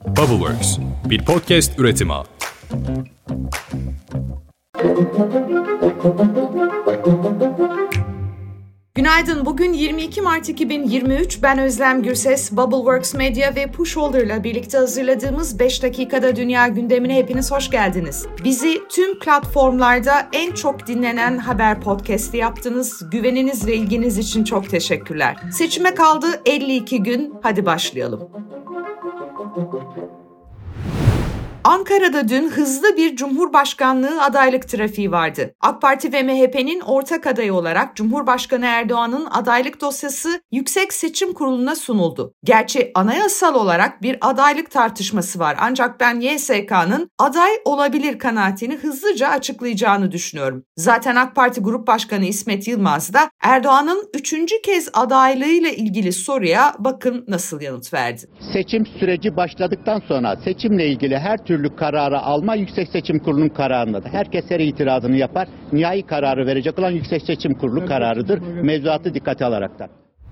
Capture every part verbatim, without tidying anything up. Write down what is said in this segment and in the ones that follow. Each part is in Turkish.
Bubbleworks, bir podcast üretimi. Günaydın. Bugün yirmi iki Mart iki bin yirmi üç. Ben Özlem Gürses. Bubbleworks Medya ve Pushholder'la birlikte hazırladığımız beş dakikada dünya gündemine hepiniz hoş geldiniz. Bizi tüm platformlarda en çok dinlenen haber podcast'i yaptınız. Güveniniz ve ilginiz için çok teşekkürler. Seçime kaldı elli iki gün. Hadi başlayalım. Ankara'da dün hızlı bir Cumhurbaşkanlığı adaylık trafiği vardı. AK Parti ve M H P'nin ortak adayı olarak Cumhurbaşkanı Erdoğan'ın adaylık dosyası Yüksek Seçim Kurulu'na sunuldu. Gerçi anayasal olarak bir adaylık tartışması var. Ancak ben Y S K'nın aday olabilir kanaatini hızlıca açıklayacağını düşünüyorum. Zaten AK Parti Grup Başkanı İsmet Yılmaz da Erdoğan'ın üçüncü kez adaylığıyla ilgili soruya bakın nasıl yanıt verdi. Seçim süreci başladıktan sonra seçimle ilgili her türlü kararı alma Yüksek Seçim Kurulu'nun kararındadır. Herkes her itirazını yapar. Nihai kararı verecek olan Yüksek Seçim Kurulu kararıdır. Mevzuatı dikkate alaraktan.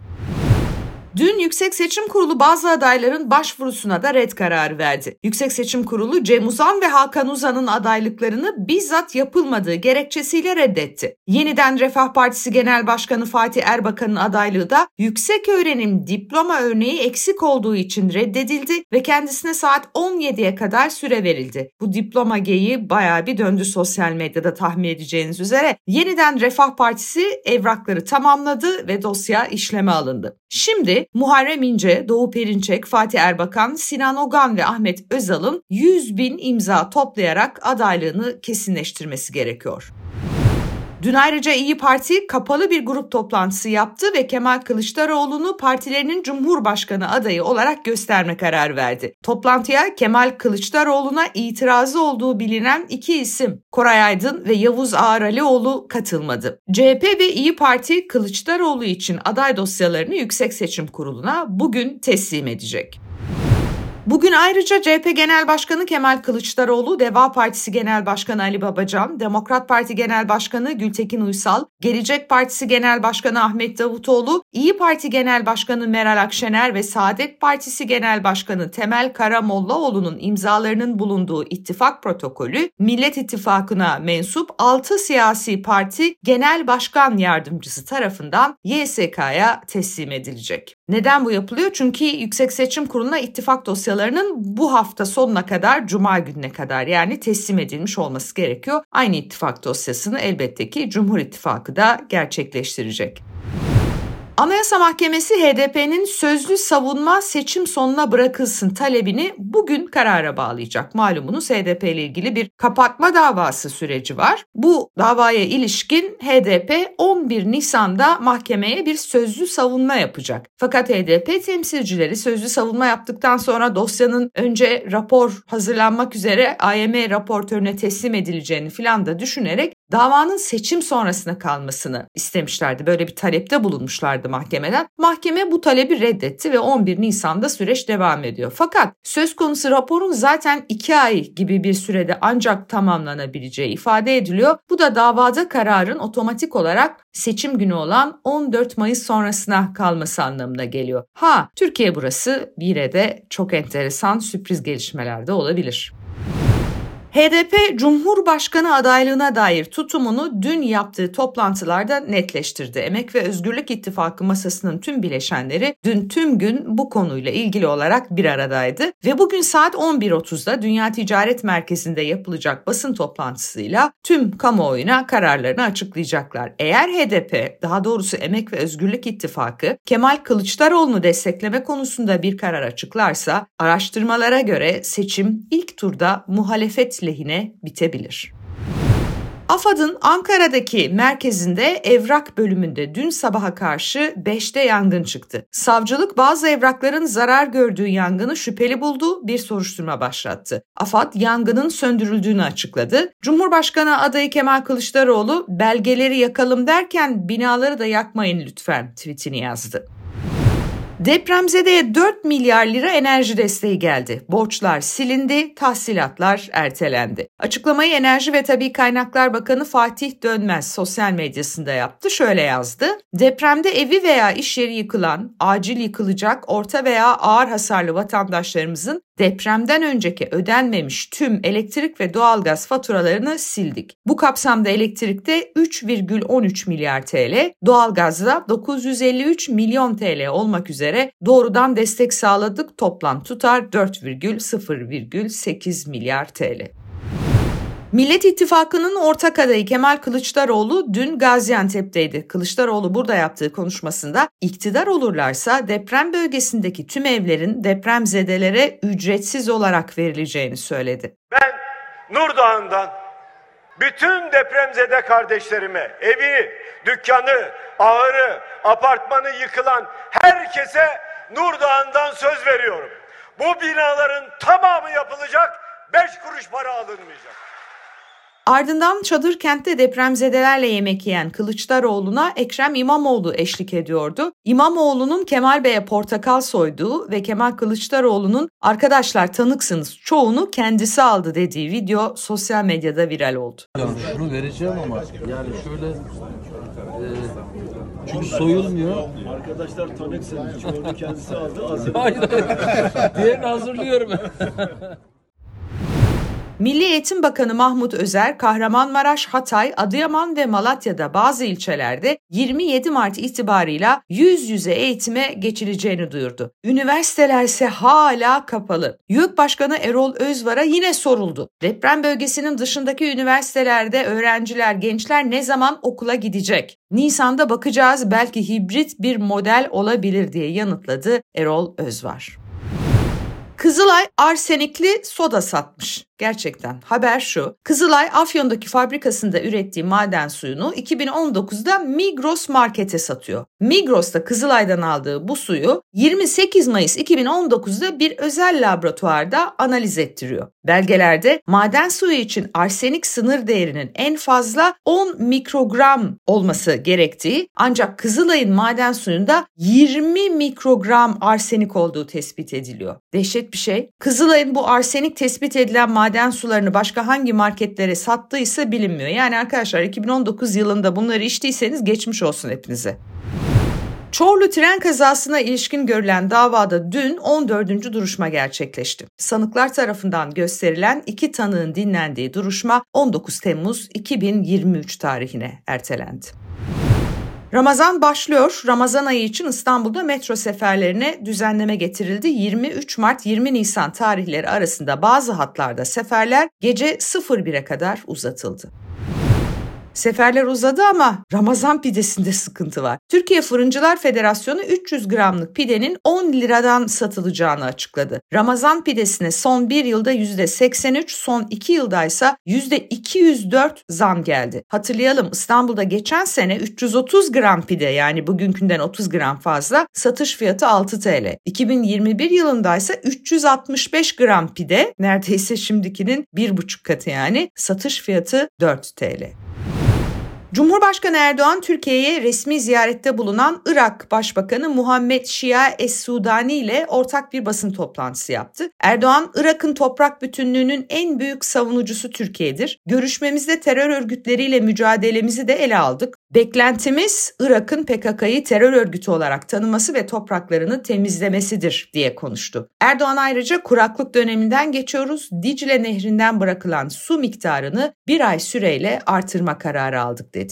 Dün Yüksek Seçim Kurulu bazı adayların başvurusuna da red kararı verdi. Yüksek Seçim Kurulu Cem Uzan ve Hakan Uzan'ın adaylıklarını bizzat yapılmadığı gerekçesiyle reddetti. Yeniden Refah Partisi Genel Başkanı Fatih Erbakan'ın adaylığı da yükseköğrenim diploma örneği eksik olduğu için reddedildi ve kendisine saat on yediye kadar süre verildi. Bu diploma geyiği bayağı bir döndü sosyal medyada tahmin edeceğiniz üzere. Yeniden Refah Partisi evrakları tamamladı ve dosya işleme alındı. Şimdi Muharrem İnce, Doğu Perinçek, Fatih Erbakan, Sinan Ogan ve Ahmet Özal'ın yüz bin imza toplayarak adaylığını kesinleştirmesi gerekiyor. Dün ayrıca İYİ Parti kapalı bir grup toplantısı yaptı ve Kemal Kılıçdaroğlu'nu partilerinin Cumhurbaşkanı adayı olarak gösterme kararı verdi. Toplantıya Kemal Kılıçdaroğlu'na itirazı olduğu bilinen iki isim Koray Aydın ve Yavuz Ağaralioğlu katılmadı. C H P ve İYİ Parti Kılıçdaroğlu için aday dosyalarını Yüksek Seçim Kurulu'na bugün teslim edecek. Bugün ayrıca C H P Genel Başkanı Kemal Kılıçdaroğlu, Deva Partisi Genel Başkanı Ali Babacan, Demokrat Parti Genel Başkanı Gültekin Uysal, Gelecek Partisi Genel Başkanı Ahmet Davutoğlu, İYİ Parti Genel Başkanı Meral Akşener ve Saadet Partisi Genel Başkanı Temel Karamollaoğlu'nun imzalarının bulunduğu ittifak protokolü, Millet İttifakı'na mensup altı siyasi parti genel başkan yardımcısı tarafından Y S K'ya teslim edilecek. Neden bu yapılıyor? Çünkü Yüksek Seçim Kurulu'na ittifak dosyalarının bu hafta sonuna kadar, Cuma gününe kadar yani teslim edilmiş olması gerekiyor. Aynı ittifak dosyasını elbette ki Cumhur İttifakı da gerçekleştirecek. Anayasa Mahkemesi H D P'nin sözlü savunma seçim sonuna bırakılsın talebini bugün karara bağlayacak. Malumunuz H D P ile ilgili bir kapatma davası süreci var. Bu davaya ilişkin H D P on bir Nisan'da mahkemeye bir sözlü savunma yapacak. Fakat H D P temsilcileri sözlü savunma yaptıktan sonra dosyanın önce rapor hazırlanmak üzere A Y M raportörüne teslim edileceğini filan da düşünerek davanın seçim sonrasına kalmasını istemişlerdi. Böyle bir talepte bulunmuşlardı mahkemeden. Mahkeme bu talebi reddetti ve on bir Nisan'da süreç devam ediyor. Fakat söz konusu raporun zaten iki ay gibi bir sürede ancak tamamlanabileceği ifade ediliyor. Bu da davada kararın otomatik olarak seçim günü olan on dört Mayıs sonrasına kalması anlamına geliyor. Ha, Türkiye burası yine de çok enteresan sürpriz gelişmeler de olabilir. H D P Cumhurbaşkanı adaylığına dair tutumunu dün yaptığı toplantılarda netleştirdi. Emek ve Özgürlük İttifakı masasının tüm bileşenleri dün tüm gün bu konuyla ilgili olarak bir aradaydı ve bugün saat on bir otuzda Dünya Ticaret Merkezi'nde yapılacak basın toplantısıyla tüm kamuoyuna kararlarını açıklayacaklar. Eğer H D P, daha doğrusu Emek ve Özgürlük İttifakı Kemal Kılıçdaroğlu'nu destekleme konusunda bir karar açıklarsa araştırmalara göre seçim ilk turda muhalefet lehine bitebilir. AFAD'ın Ankara'daki merkezinde evrak bölümünde dün sabaha karşı beşte yangın çıktı. Savcılık bazı evrakların zarar gördüğü yangını şüpheli buldu, bir soruşturma başlattı. AFAD yangının söndürüldüğünü açıkladı. Cumhurbaşkanı adayı Kemal Kılıçdaroğlu belgeleri yakalım derken binaları da yakmayın lütfen tweetini yazdı. Depremzedeye dört milyar lira enerji desteği geldi. Borçlar silindi, tahsilatlar ertelendi. Açıklamayı Enerji ve Tabii Kaynaklar Bakanı Fatih Dönmez sosyal medyasında yaptı. Şöyle yazdı: depremde evi veya iş yeri yıkılan, acil yıkılacak, orta veya ağır hasarlı vatandaşlarımızın Depremden önceki ödenmemiş tüm elektrik ve doğalgaz faturalarını sildik. Bu kapsamda elektrikte üç virgül on üç milyar T L, doğalgazda dokuz yüz elli üç milyon T L olmak üzere doğrudan destek sağladık. Toplam tutar dört virgül sıfır sekiz milyar T L. Millet İttifakı'nın ortak adayı Kemal Kılıçdaroğlu dün Gaziantep'teydi. Kılıçdaroğlu burada yaptığı konuşmasında iktidar olurlarsa deprem bölgesindeki tüm evlerin depremzedelere ücretsiz olarak verileceğini söyledi. Ben Nurdağ'ından bütün depremzede kardeşlerime evi, dükkanı, ahırı, apartmanı yıkılan herkese Nurdağ'ından söz veriyorum. Bu binaların tamamı yapılacak, beş kuruş para alınmayacak. Ardından Çadırkent'te depremzedelerle yemek yiyen Kılıçdaroğlu'na Ekrem İmamoğlu eşlik ediyordu. İmamoğlu'nun Kemal Bey'e portakal soyduğu ve Kemal Kılıçdaroğlu'nun "arkadaşlar tanıksınız, çoğunu kendisi aldı" dediği video sosyal medyada viral oldu. Yani şunu vereceğim ama yani şöyle e, çünkü soyulmuyor. Arkadaşlar tanıksınız, çoğunu kendisi aldı. Hayır, diğerini hazırlıyorum. Milli Eğitim Bakanı Mahmut Özer, Kahramanmaraş, Hatay, Adıyaman ve Malatya'da bazı ilçelerde yirmi yedi Mart itibarıyla yüz yüze eğitime geçileceğini duyurdu. Üniversiteler ise hala kapalı. YÖK Başkanı Erol Özvar'a yine soruldu. Deprem bölgesinin dışındaki üniversitelerde öğrenciler, gençler ne zaman okula gidecek? Nisan'da bakacağız, belki hibrit bir model olabilir diye yanıtladı Erol Özvar. Kızılay arsenikli soda satmış. Gerçekten haber şu: Kızılay Afyon'daki fabrikasında ürettiği maden suyunu iki bin on dokuzda Migros Market'e satıyor. Migros da Kızılay'dan aldığı bu suyu yirmi sekiz Mayıs iki bin on dokuzda bir özel laboratuvarda analiz ettiriyor. Belgelerde maden suyu için arsenik sınır değerinin en fazla on mikrogram olması gerektiği, ancak Kızılay'ın maden suyunda yirmi mikrogram arsenik olduğu tespit ediliyor. Dehşet bir şey. Kızılay'ın bu arsenik tespit edilen maden maden sularını başka hangi marketlere sattıysa bilinmiyor. Yani arkadaşlar iki bin on dokuz yılında bunları içtiyseniz geçmiş olsun hepinize. Çorlu tren kazasına ilişkin görülen davada dün on dördüncü duruşma gerçekleşti. Sanıklar tarafından gösterilen iki tanığın dinlendiği duruşma on dokuz Temmuz iki bin yirmi üç tarihine ertelendi. Ramazan başlıyor. Ramazan ayı için İstanbul'da metro seferlerine düzenleme getirildi. yirmi üç Mart yirmi Nisan tarihleri arasında bazı hatlarda seferler gece bire kadar uzatıldı. Seferler uzadı ama Ramazan pidesinde sıkıntı var. Türkiye Fırıncılar Federasyonu üç yüz gramlık pidenin on liradan satılacağını açıkladı. Ramazan pidesine son bir yılda yüzde seksen üç, son iki yılda ise yüzde iki yüz dört zam geldi. Hatırlayalım, İstanbul'da geçen sene üç yüz otuz gram pide, yani bugünkünden otuz gram fazla, satış fiyatı altı TL. iki bin yirmi bir yılında ise üç yüz altmış beş gram pide, neredeyse şimdikinin bir buçuk katı, yani satış fiyatı dört TL. Cumhurbaşkanı Erdoğan, Türkiye'ye resmi ziyarette bulunan Irak Başbakanı Muhammed Şia Es-Sudani ile ortak bir basın toplantısı yaptı. Erdoğan, Irak'ın toprak bütünlüğünün en büyük savunucusu Türkiye'dir. Görüşmemizde terör örgütleriyle mücadelemizi de ele aldık. Beklentimiz Irak'ın P K K'yı terör örgütü olarak tanıması ve topraklarını temizlemesidir diye konuştu. Erdoğan ayrıca kuraklık döneminden geçiyoruz, Dicle Nehri'nden bırakılan su miktarını bir ay süreyle artırma kararı aldık dedi.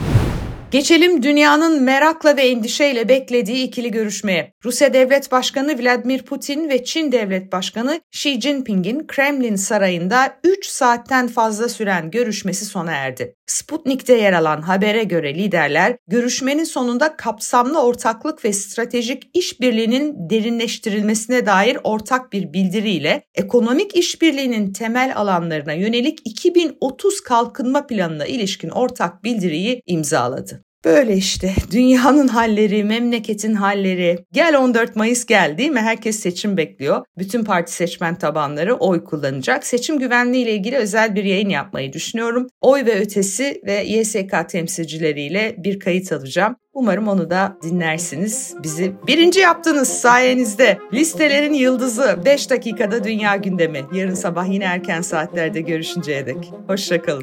Geçelim dünyanın merakla ve endişeyle beklediği ikili görüşmeye. Rusya Devlet Başkanı Vladimir Putin ve Çin Devlet Başkanı Xi Jinping'in Kremlin Sarayı'nda üç saatten fazla süren görüşmesi sona erdi. Sputnik'te yer alan habere göre liderler görüşmenin sonunda kapsamlı ortaklık ve stratejik işbirliğinin derinleştirilmesine dair ortak bir bildiriyle ekonomik işbirliğinin temel alanlarına yönelik iki bin otuz kalkınma planına ilişkin ortak bildiriyi imzaladı. Böyle işte dünyanın halleri, memleketin halleri. Gel on dört Mayıs gel, değil mi? Herkes seçim bekliyor. Bütün parti seçmen tabanları oy kullanacak. Seçim güvenliği ile ilgili özel bir yayın yapmayı düşünüyorum. Oy ve ötesi ve Y S K temsilcileriyle bir kayıt alacağım. Umarım onu da dinlersiniz. Bizi birinci yaptınız sayenizde. Listelerin yıldızı beş dakikada dünya gündemi. Yarın sabah yine erken saatlerde görüşünceye dek. Hoşça kalın.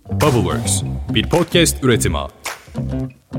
Bubbleworks bir podcast üretimi.